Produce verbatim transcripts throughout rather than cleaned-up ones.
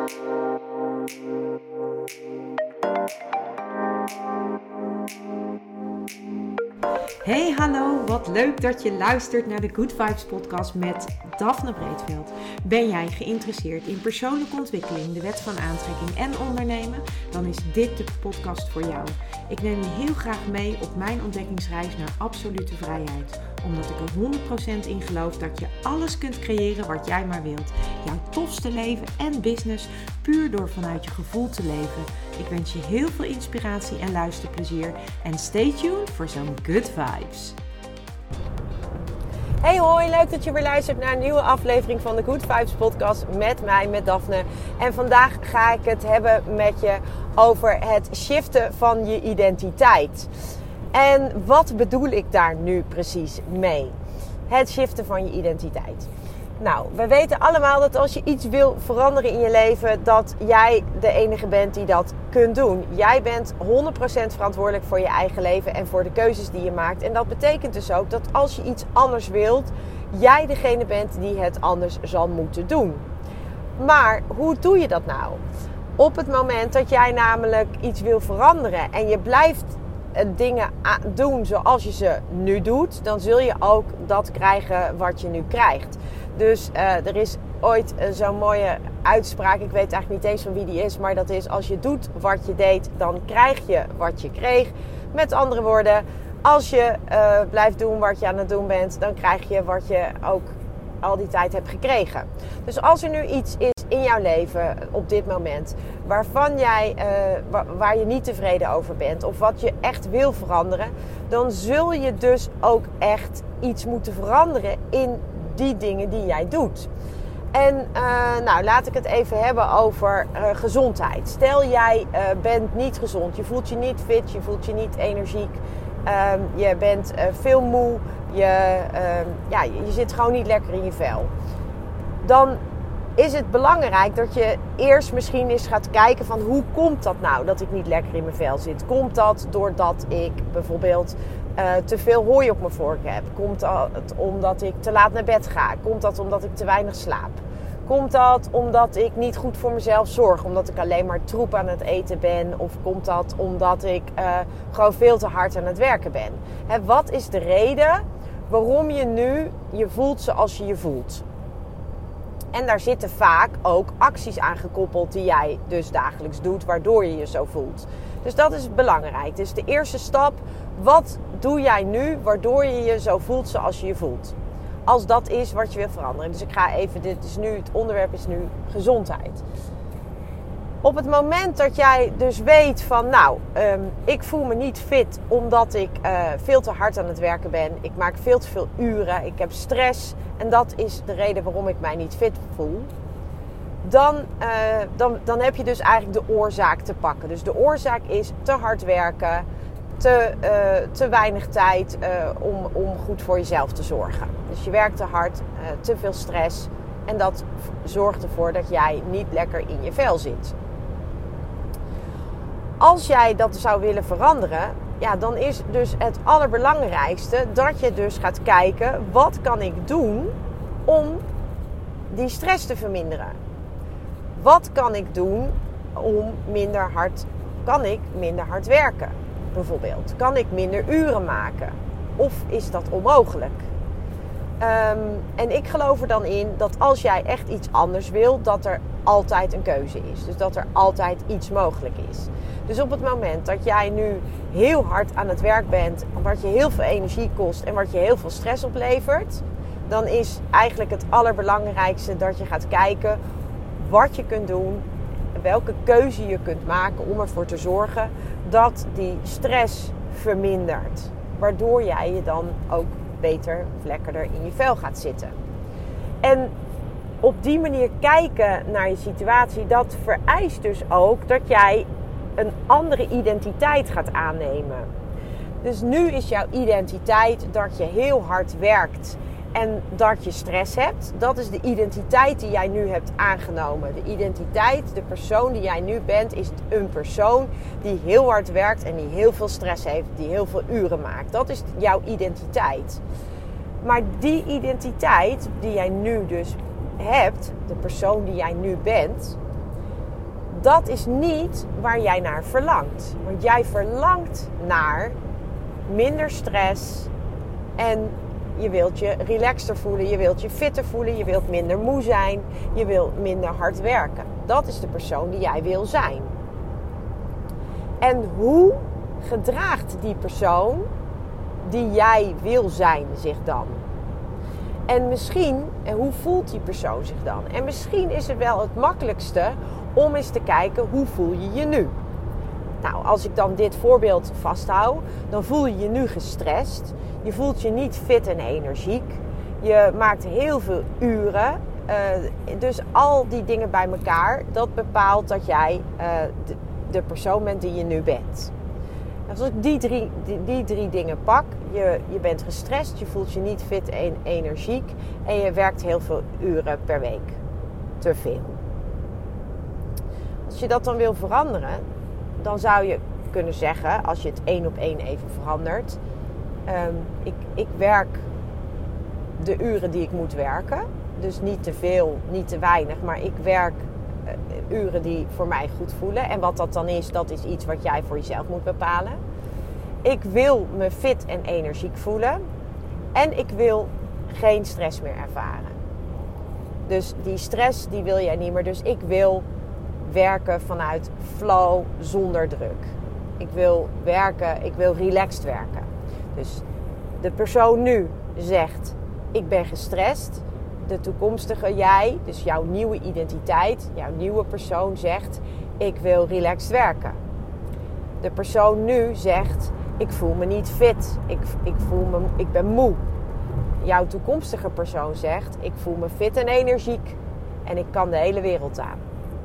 Hey, hallo, wat leuk dat je luistert naar de Good Vibes podcast met Daphne Breedveld. Ben jij geïnteresseerd in persoonlijke ontwikkeling, de wet van aantrekking en ondernemen? Dan is dit de podcast voor jou. Ik neem je heel graag mee op mijn ontdekkingsreis naar absolute vrijheid. Omdat ik er honderd procent in geloof dat je alles kunt creëren wat jij maar wilt. Jouw tofste leven en business puur door vanuit je gevoel te leven. Ik wens je heel veel inspiratie en luisterplezier. En stay tuned voor zo'n good vibes. Hey hoi, leuk dat je weer luistert naar een nieuwe aflevering van de Good Vibes podcast met mij, met Daphne. En vandaag ga ik het hebben met je over het shiften van je identiteit. En wat bedoel ik daar nu precies mee? Het shiften van je identiteit. Nou, we weten allemaal dat als je iets wil veranderen in je leven, dat jij de enige bent die dat kunt doen. Jij bent honderd procent verantwoordelijk voor je eigen leven en voor de keuzes die je maakt. En dat betekent dus ook dat als je iets anders wilt, jij degene bent die het anders zal moeten doen. Maar hoe doe je dat nou? Op het moment dat jij namelijk iets wil veranderen en je blijft dingen doen zoals je ze nu doet, dan zul je ook dat krijgen wat je nu krijgt. Dus uh, er is ooit uh, zo'n mooie uitspraak, ik weet eigenlijk niet eens van wie die is, maar dat is: als je doet wat je deed, dan krijg je wat je kreeg. Met andere woorden, als je uh, blijft doen wat je aan het doen bent, dan krijg je wat je ook al die tijd hebt gekregen. Dus als er nu iets is in jouw leven op dit moment waarvan jij, uh, waar, waar je niet tevreden over bent of wat je echt wil veranderen, dan zul je dus ook echt iets moeten veranderen in die dingen die jij doet. En uh, nou, laat ik het even hebben over uh, gezondheid. Stel jij uh, bent niet gezond, je voelt je niet fit, je voelt je niet energiek, um, je bent uh, veel moe, je, um, ja, je zit gewoon niet lekker in je vel. Dan is het belangrijk dat je eerst misschien eens gaat kijken van hoe komt dat nou dat ik niet lekker in mijn vel zit? Komt dat doordat ik bijvoorbeeld uh, te veel hooi op mijn vork heb? Komt dat omdat ik te laat naar bed ga? Komt dat omdat ik te weinig slaap? Komt dat omdat ik niet goed voor mezelf zorg? Omdat ik alleen maar troep aan het eten ben? Of komt dat omdat ik uh, gewoon veel te hard aan het werken ben? Hè, wat is de reden waarom je nu je voelt zoals je je voelt? En daar zitten vaak ook acties aan gekoppeld die jij dus dagelijks doet, waardoor je je zo voelt. Dus dat is belangrijk. Dus de eerste stap, wat doe jij nu waardoor je je zo voelt zoals je je voelt? Als dat is wat je wil veranderen. Dus ik ga even, dit is nu, het onderwerp is nu gezondheid. Op het moment dat jij dus weet van, nou, um, ik voel me niet fit omdat ik uh, veel te hard aan het werken ben. Ik maak veel te veel uren, ik heb stress en dat is de reden waarom ik mij niet fit voel. Dan, uh, dan, dan heb je dus eigenlijk de oorzaak te pakken. Dus de oorzaak is te hard werken, te, uh, te weinig tijd uh, om, om goed voor jezelf te zorgen. Dus je werkt te hard, uh, te veel stress en dat zorgt ervoor dat jij niet lekker in je vel zit. Als jij dat zou willen veranderen, ja, dan is dus het allerbelangrijkste dat je dus gaat kijken, wat kan ik doen om die stress te verminderen? Wat kan ik doen om minder hard, kan ik minder hard werken? Bijvoorbeeld, kan ik minder uren maken? Of is dat onmogelijk? Um, en ik geloof er dan in dat als jij echt iets anders wil, dat er altijd een keuze is. Dus dat er altijd iets mogelijk is. Dus op het moment dat jij nu heel hard aan het werk bent, wat je heel veel energie kost en wat je heel veel stress oplevert, dan is eigenlijk het allerbelangrijkste dat je gaat kijken wat je kunt doen, welke keuze je kunt maken om ervoor te zorgen dat die stress vermindert. Waardoor jij je dan ook beter of lekkerder in je vel gaat zitten. En op die manier kijken naar je situatie, dat vereist dus ook dat jij een andere identiteit gaat aannemen. Dus nu is jouw identiteit dat je heel hard werkt en dat je stress hebt. Dat is de identiteit die jij nu hebt aangenomen. De identiteit, de persoon die jij nu bent, is een persoon die heel hard werkt en die heel veel stress heeft, die heel veel uren maakt. Dat is jouw identiteit. Maar die identiteit die jij nu dus hebt, de persoon die jij nu bent, dat is niet waar jij naar verlangt. Want jij verlangt naar minder stress en je wilt je relaxter voelen, je wilt je fitter voelen, je wilt minder moe zijn, je wilt minder hard werken. Dat is de persoon die jij wil zijn. En hoe gedraagt die persoon die jij wil zijn zich dan? En misschien, en hoe voelt die persoon zich dan? En misschien is het wel het makkelijkste om eens te kijken, hoe voel je je nu? Nou, als ik dan dit voorbeeld vasthoud, dan voel je je nu gestrest. Je voelt je niet fit en energiek. Je maakt heel veel uren. Uh, dus al die dingen bij elkaar, dat bepaalt dat jij uh, de, de persoon bent die je nu bent. Als ik die drie, die, die drie dingen pak, je, je bent gestrest, je voelt je niet fit en energiek en je werkt heel veel uren per week. Te veel. Als je dat dan wil veranderen, dan zou je kunnen zeggen, als je het één op één even verandert, um, ik, ik werk de uren die ik moet werken. Dus niet te veel, niet te weinig, maar ik werk uh, uren die voor mij goed voelen. En wat dat dan is, dat is iets wat jij voor jezelf moet bepalen. Ik wil me fit en energiek voelen. En ik wil geen stress meer ervaren. Dus die stress, die wil jij niet meer. Dus ik wil werken vanuit flow, zonder druk. Ik wil werken, ik wil relaxed werken. Dus de persoon nu zegt, ik ben gestrest. De toekomstige jij, dus jouw nieuwe identiteit, jouw nieuwe persoon zegt, ik wil relaxed werken. De persoon nu zegt, ik voel me niet fit, ik, ik, voel me, ik ben moe. Jouw toekomstige persoon zegt, ik voel me fit en energiek en ik kan de hele wereld aan.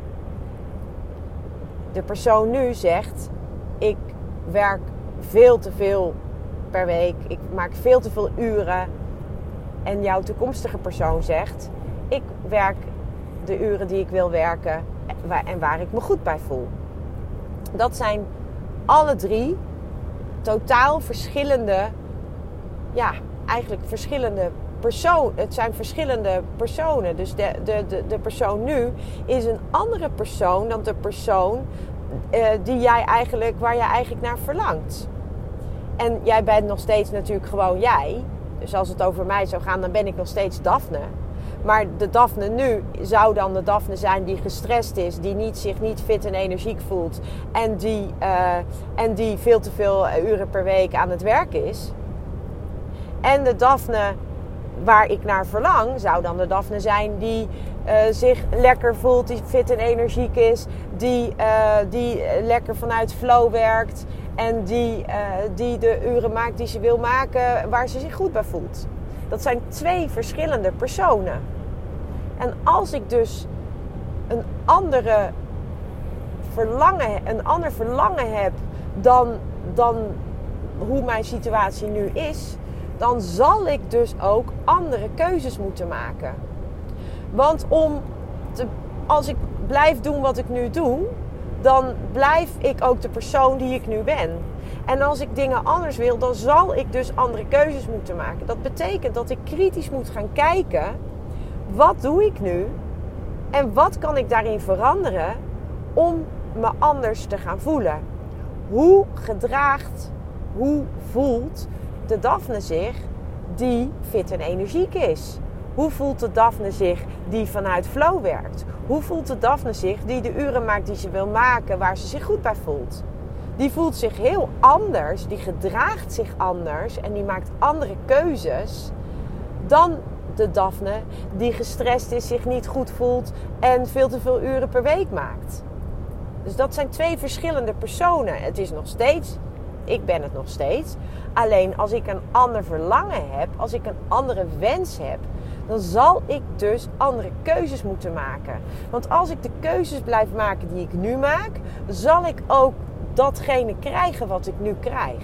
De persoon nu zegt, ik werk veel te veel per week, ik maak veel te veel uren. En jouw toekomstige persoon zegt, ik werk de uren die ik wil werken en waar ik me goed bij voel. Dat zijn alle drie totaal verschillende, ja, eigenlijk verschillende personen. Het zijn verschillende personen. Dus de, de, de, de persoon nu is een andere persoon dan de persoon uh, die jij eigenlijk, waar jij eigenlijk naar verlangt. En jij bent nog steeds natuurlijk gewoon jij. Dus als het over mij zou gaan, dan ben ik nog steeds Daphne. Maar de Daphne nu zou dan de Daphne zijn die gestrest is, die niet, zich niet fit en energiek voelt en die, uh, en die veel te veel uren per week aan het werk is. En de Daphne waar ik naar verlang, zou dan de Daphne zijn die uh, zich lekker voelt, die fit en energiek is, die, uh, die lekker vanuit flow werkt en die, uh, die de uren maakt die ze wil maken, waar ze zich goed bij voelt. Dat zijn twee verschillende personen. En als ik dus een andere verlangen, een ander verlangen heb dan, dan hoe mijn situatie nu is, dan zal ik dus ook andere keuzes moeten maken. Want om te, als ik blijf doen wat ik nu doe, dan blijf ik ook de persoon die ik nu ben. En als ik dingen anders wil, dan zal ik dus andere keuzes moeten maken. Dat betekent dat ik kritisch moet gaan kijken, wat doe ik nu? En wat kan ik daarin veranderen om me anders te gaan voelen? Hoe gedraagt, hoe voelt de Daphne zich die fit en energiek is? Hoe voelt de Daphne zich die vanuit flow werkt? Hoe voelt de Daphne zich die de uren maakt die ze wil maken, waar ze zich goed bij voelt? Die voelt zich heel anders, die gedraagt zich anders en die maakt andere keuzes dan de Daphne die gestrest is, zich niet goed voelt en veel te veel uren per week maakt. Dus dat zijn twee verschillende personen. Het is nog steeds, ik ben het nog steeds. Alleen als ik een ander verlangen heb, als ik een andere wens heb, dan zal ik dus andere keuzes moeten maken. Want als ik de keuzes blijf maken die ik nu maak, zal ik ook datgene krijgen wat ik nu krijg.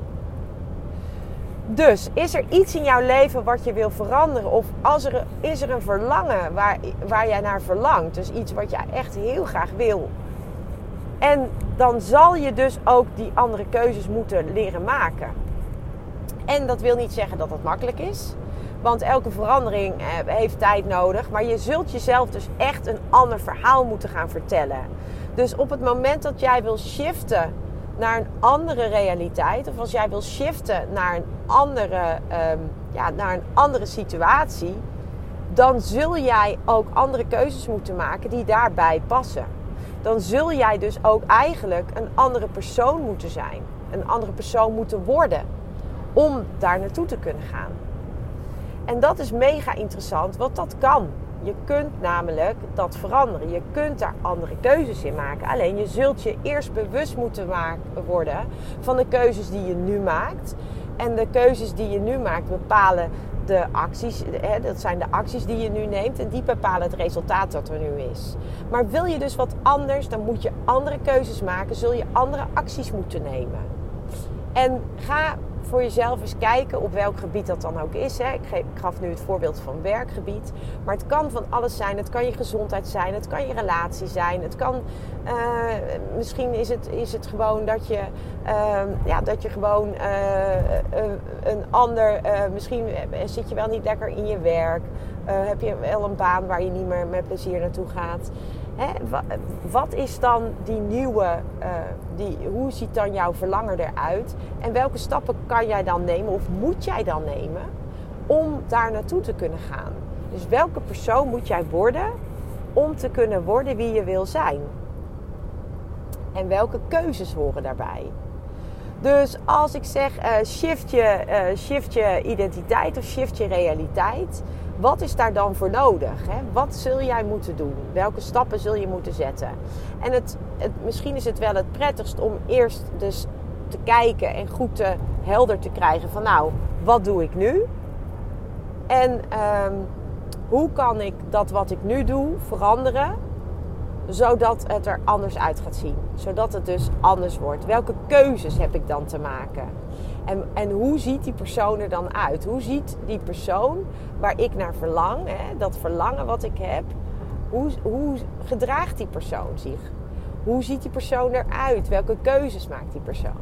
Dus is er iets in jouw leven wat je wil veranderen? Of als er, is er een verlangen waar, waar jij naar verlangt? Dus iets wat jij echt heel graag wil. En dan zal je dus ook die andere keuzes moeten leren maken. En dat wil niet zeggen dat dat makkelijk is. Want elke verandering heeft tijd nodig. Maar je zult jezelf dus echt een ander verhaal moeten gaan vertellen. Dus op het moment dat jij wil shiften naar een andere realiteit, of als jij wil shiften naar een andere, um, ja, naar een andere situatie, dan zul jij ook andere keuzes moeten maken die daarbij passen. Dan zul jij dus ook eigenlijk een andere persoon moeten zijn. Een andere persoon moeten worden om daar naartoe te kunnen gaan. En dat is mega interessant, want dat kan. Je kunt namelijk dat veranderen. Je kunt daar andere keuzes in maken. Alleen je zult je eerst bewust moeten maken, worden van de keuzes die je nu maakt. En de keuzes die je nu maakt bepalen de acties. Hè, dat zijn de acties die je nu neemt. En die bepalen het resultaat dat er nu is. Maar wil je dus wat anders, dan moet je andere keuzes maken. Zul je andere acties moeten nemen. En ga voor jezelf eens kijken op welk gebied dat dan ook is. Hè. Ik, geef, ik gaf nu het voorbeeld van werkgebied. Maar het kan van alles zijn. Het kan je gezondheid zijn. Het kan je relatie zijn. Het kan, uh, misschien is het, is het gewoon dat je, uh, ja, dat je gewoon uh, een, een ander... Uh, misschien zit je wel niet lekker in je werk. Uh, heb je wel een baan waar je niet meer met plezier naartoe gaat. Hè, wat is dan die nieuwe, uh, die, hoe ziet dan jouw verlangen eruit? En welke stappen kan jij dan nemen of moet jij dan nemen om daar naartoe te kunnen gaan? Dus welke persoon moet jij worden om te kunnen worden wie je wil zijn? En welke keuzes horen daarbij? Dus als ik zeg uh, shift, je, uh, shift je identiteit of shift je realiteit, wat is daar dan voor nodig? Hè? Wat zul jij moeten doen? Welke stappen zul je moeten zetten? En het, het, misschien is het wel het prettigst om eerst dus te kijken en goed te helder te krijgen van nou, wat doe ik nu? En um, hoe kan ik dat wat ik nu doe veranderen, zodat het er anders uit gaat zien? Zodat het dus anders wordt. Welke keuzes heb ik dan te maken? En, en hoe ziet die persoon er dan uit? Hoe ziet die persoon waar ik naar verlang, hè, dat verlangen wat ik heb, hoe, hoe gedraagt die persoon zich? Hoe ziet die persoon eruit? Welke keuzes maakt die persoon?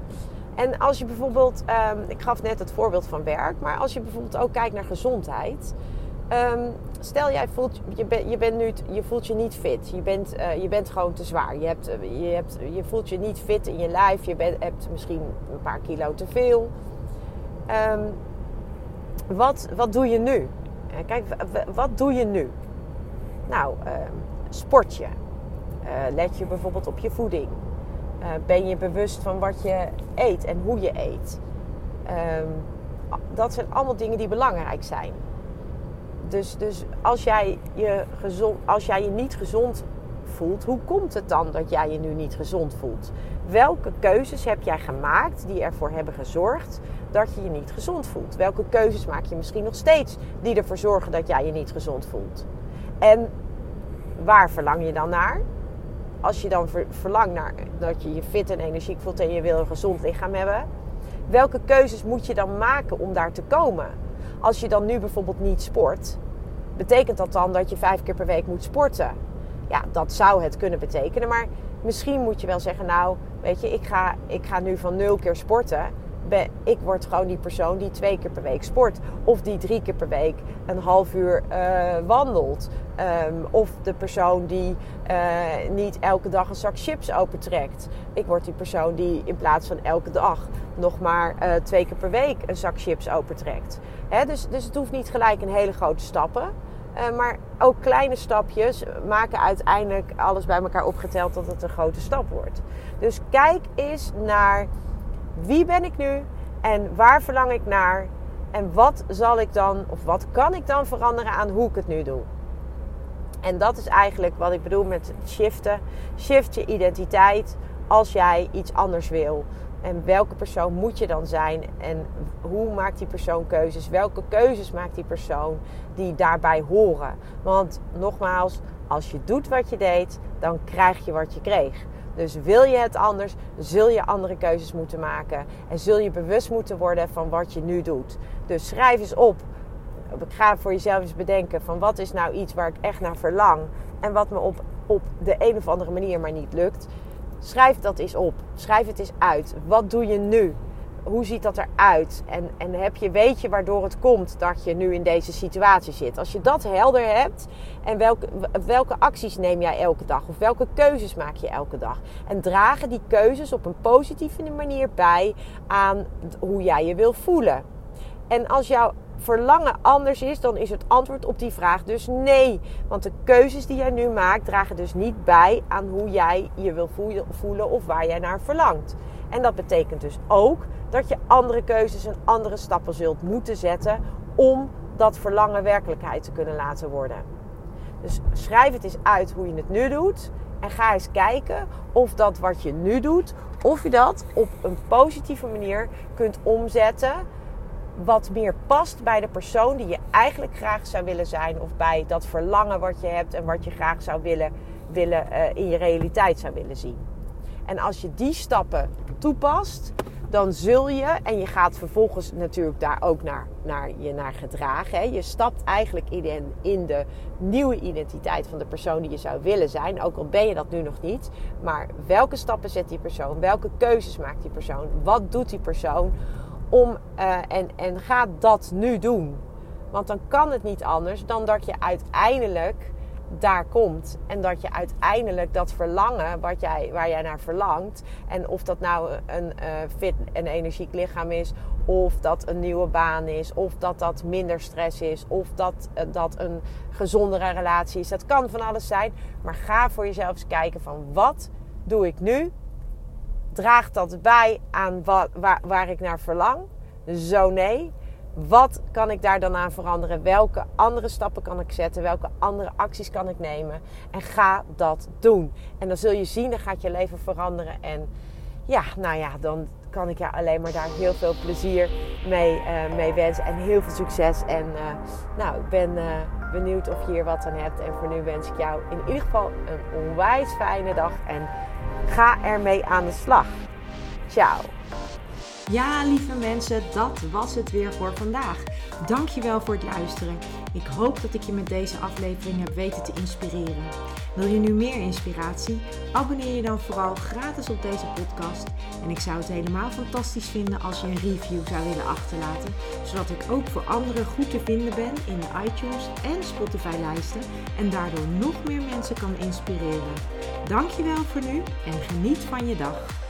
En als je bijvoorbeeld, um, ik gaf net het voorbeeld van werk, maar als je bijvoorbeeld ook kijkt naar gezondheid. Um, stel jij voelt, je, ben, je, bent nu, je voelt je niet fit. Je bent, uh, je bent gewoon te zwaar. Je, hebt, je, hebt, je voelt je niet fit in je lijf. Je bent, hebt misschien een paar kilo te veel. Um, wat, wat doe je nu? Kijk, wat doe je nu? Nou, uh, sport je. Uh, let je bijvoorbeeld op je voeding. Uh, ben je bewust van wat je eet en hoe je eet. Um, dat zijn allemaal dingen die belangrijk zijn. Dus, dus als, jij je gezond, als jij je niet gezond voelt, hoe komt het dan dat jij je nu niet gezond voelt? Welke keuzes heb jij gemaakt die ervoor hebben gezorgd dat je je niet gezond voelt? Welke keuzes maak je misschien nog steeds die ervoor zorgen dat jij je niet gezond voelt? En waar verlang je dan naar? Als je dan ver, verlangt naar dat je je fit en energiek voelt en je wil een gezond lichaam hebben, welke keuzes moet je dan maken om daar te komen? Als je dan nu bijvoorbeeld niet sport, betekent dat dan dat je vijf keer per week moet sporten? Ja, dat zou het kunnen betekenen. Maar misschien moet je wel zeggen, nou, weet je, ik ga, ik ga nu van nul keer sporten. Ik word gewoon die persoon die twee keer per week sport. Of die drie keer per week een half uur uh, wandelt. Um, of de persoon die uh, niet elke dag een zak chips opentrekt. Ik word die persoon die in plaats van elke dag nog maar uh, twee keer per week een zak chips opentrekt. Hè, dus, dus het hoeft niet gelijk een hele grote stappen. Uh, maar ook kleine stapjes maken uiteindelijk alles bij elkaar opgeteld dat het een grote stap wordt. Dus kijk eens naar wie ben ik nu en waar verlang ik naar en wat zal ik dan of wat kan ik dan veranderen aan hoe ik het nu doe. En dat is eigenlijk wat ik bedoel met shiften. Shift je identiteit als jij iets anders wil. En welke persoon moet je dan zijn? En hoe maakt die persoon keuzes? Welke keuzes maakt die persoon die daarbij horen? Want nogmaals, als je doet wat je deed, dan krijg je wat je kreeg. Dus wil je het anders, zul je andere keuzes moeten maken. En zul je bewust moeten worden van wat je nu doet. Dus schrijf eens op. Ga voor jezelf eens bedenken van wat is nou iets waar ik echt naar verlang. En wat me op, op de een of andere manier maar niet lukt. Schrijf dat eens op. Schrijf het eens uit. Wat doe je nu? hoe ziet dat eruit? En, en heb je, weet je waardoor het komt dat je nu in deze situatie zit? Als je dat helder hebt en welke, welke acties neem jij elke dag? Of welke keuzes maak je elke dag? En dragen die keuzes op een positieve manier bij aan hoe jij je wil voelen? En als jouw verlangen anders is, dan is het antwoord op die vraag dus nee. Want de keuzes die jij nu maakt dragen dus niet bij aan hoe jij je wil voelen of waar jij naar verlangt. En dat betekent dus ook dat je andere keuzes en andere stappen zult moeten zetten om dat verlangen werkelijkheid te kunnen laten worden. Dus schrijf het eens uit hoe je het nu doet en ga eens kijken of dat wat je nu doet, of je dat op een positieve manier kunt omzetten wat meer past bij de persoon die je eigenlijk graag zou willen zijn, of bij dat verlangen wat je hebt en wat je graag zou willen, willen uh, in je realiteit zou willen zien. En als je die stappen toepast, dan zul je, en je gaat vervolgens natuurlijk daar ook naar, naar je naar gedragen. Hè? Je stapt eigenlijk in de, in de nieuwe identiteit van de persoon die je zou willen zijn. Ook al ben je dat nu nog niet. Maar welke stappen zet die persoon? Welke keuzes maakt die persoon? Wat doet die persoon? Om, uh, en, en ga dat nu doen. Want dan kan het niet anders dan dat je uiteindelijk daar komt. En dat je uiteindelijk dat verlangen wat jij, waar jij naar verlangt. En of dat nou een uh, fit en energiek lichaam is. Of dat een nieuwe baan is. Of dat dat minder stress is. Of dat uh, dat een gezondere relatie is. Dat kan van alles zijn. Maar ga voor jezelf eens kijken van wat doe ik nu? Draagt dat bij aan wat, waar, waar ik naar verlang? Zo nee. Wat kan ik daar dan aan veranderen? Welke andere stappen kan ik zetten? Welke andere acties kan ik nemen? En ga dat doen. En dan zul je zien, dan gaat je leven veranderen. En ja, nou ja, dan kan ik jou alleen maar daar heel veel plezier mee, uh, mee wensen. En heel veel succes. En uh, nou, ik ben uh, benieuwd of je hier wat aan hebt. En voor nu wens ik jou in ieder geval een onwijs fijne dag. En ga ermee aan de slag. Ciao. Ja, lieve mensen, dat was het weer voor vandaag. Dankjewel voor het luisteren. Ik hoop dat ik je met deze aflevering heb weten te inspireren. Wil je nu meer inspiratie? Abonneer je dan vooral gratis op deze podcast. En ik zou het helemaal fantastisch vinden als je een review zou willen achterlaten. Zodat ik ook voor anderen goed te vinden ben in de iTunes en Spotify lijsten. En daardoor nog meer mensen kan inspireren. Dankjewel voor nu en geniet van je dag.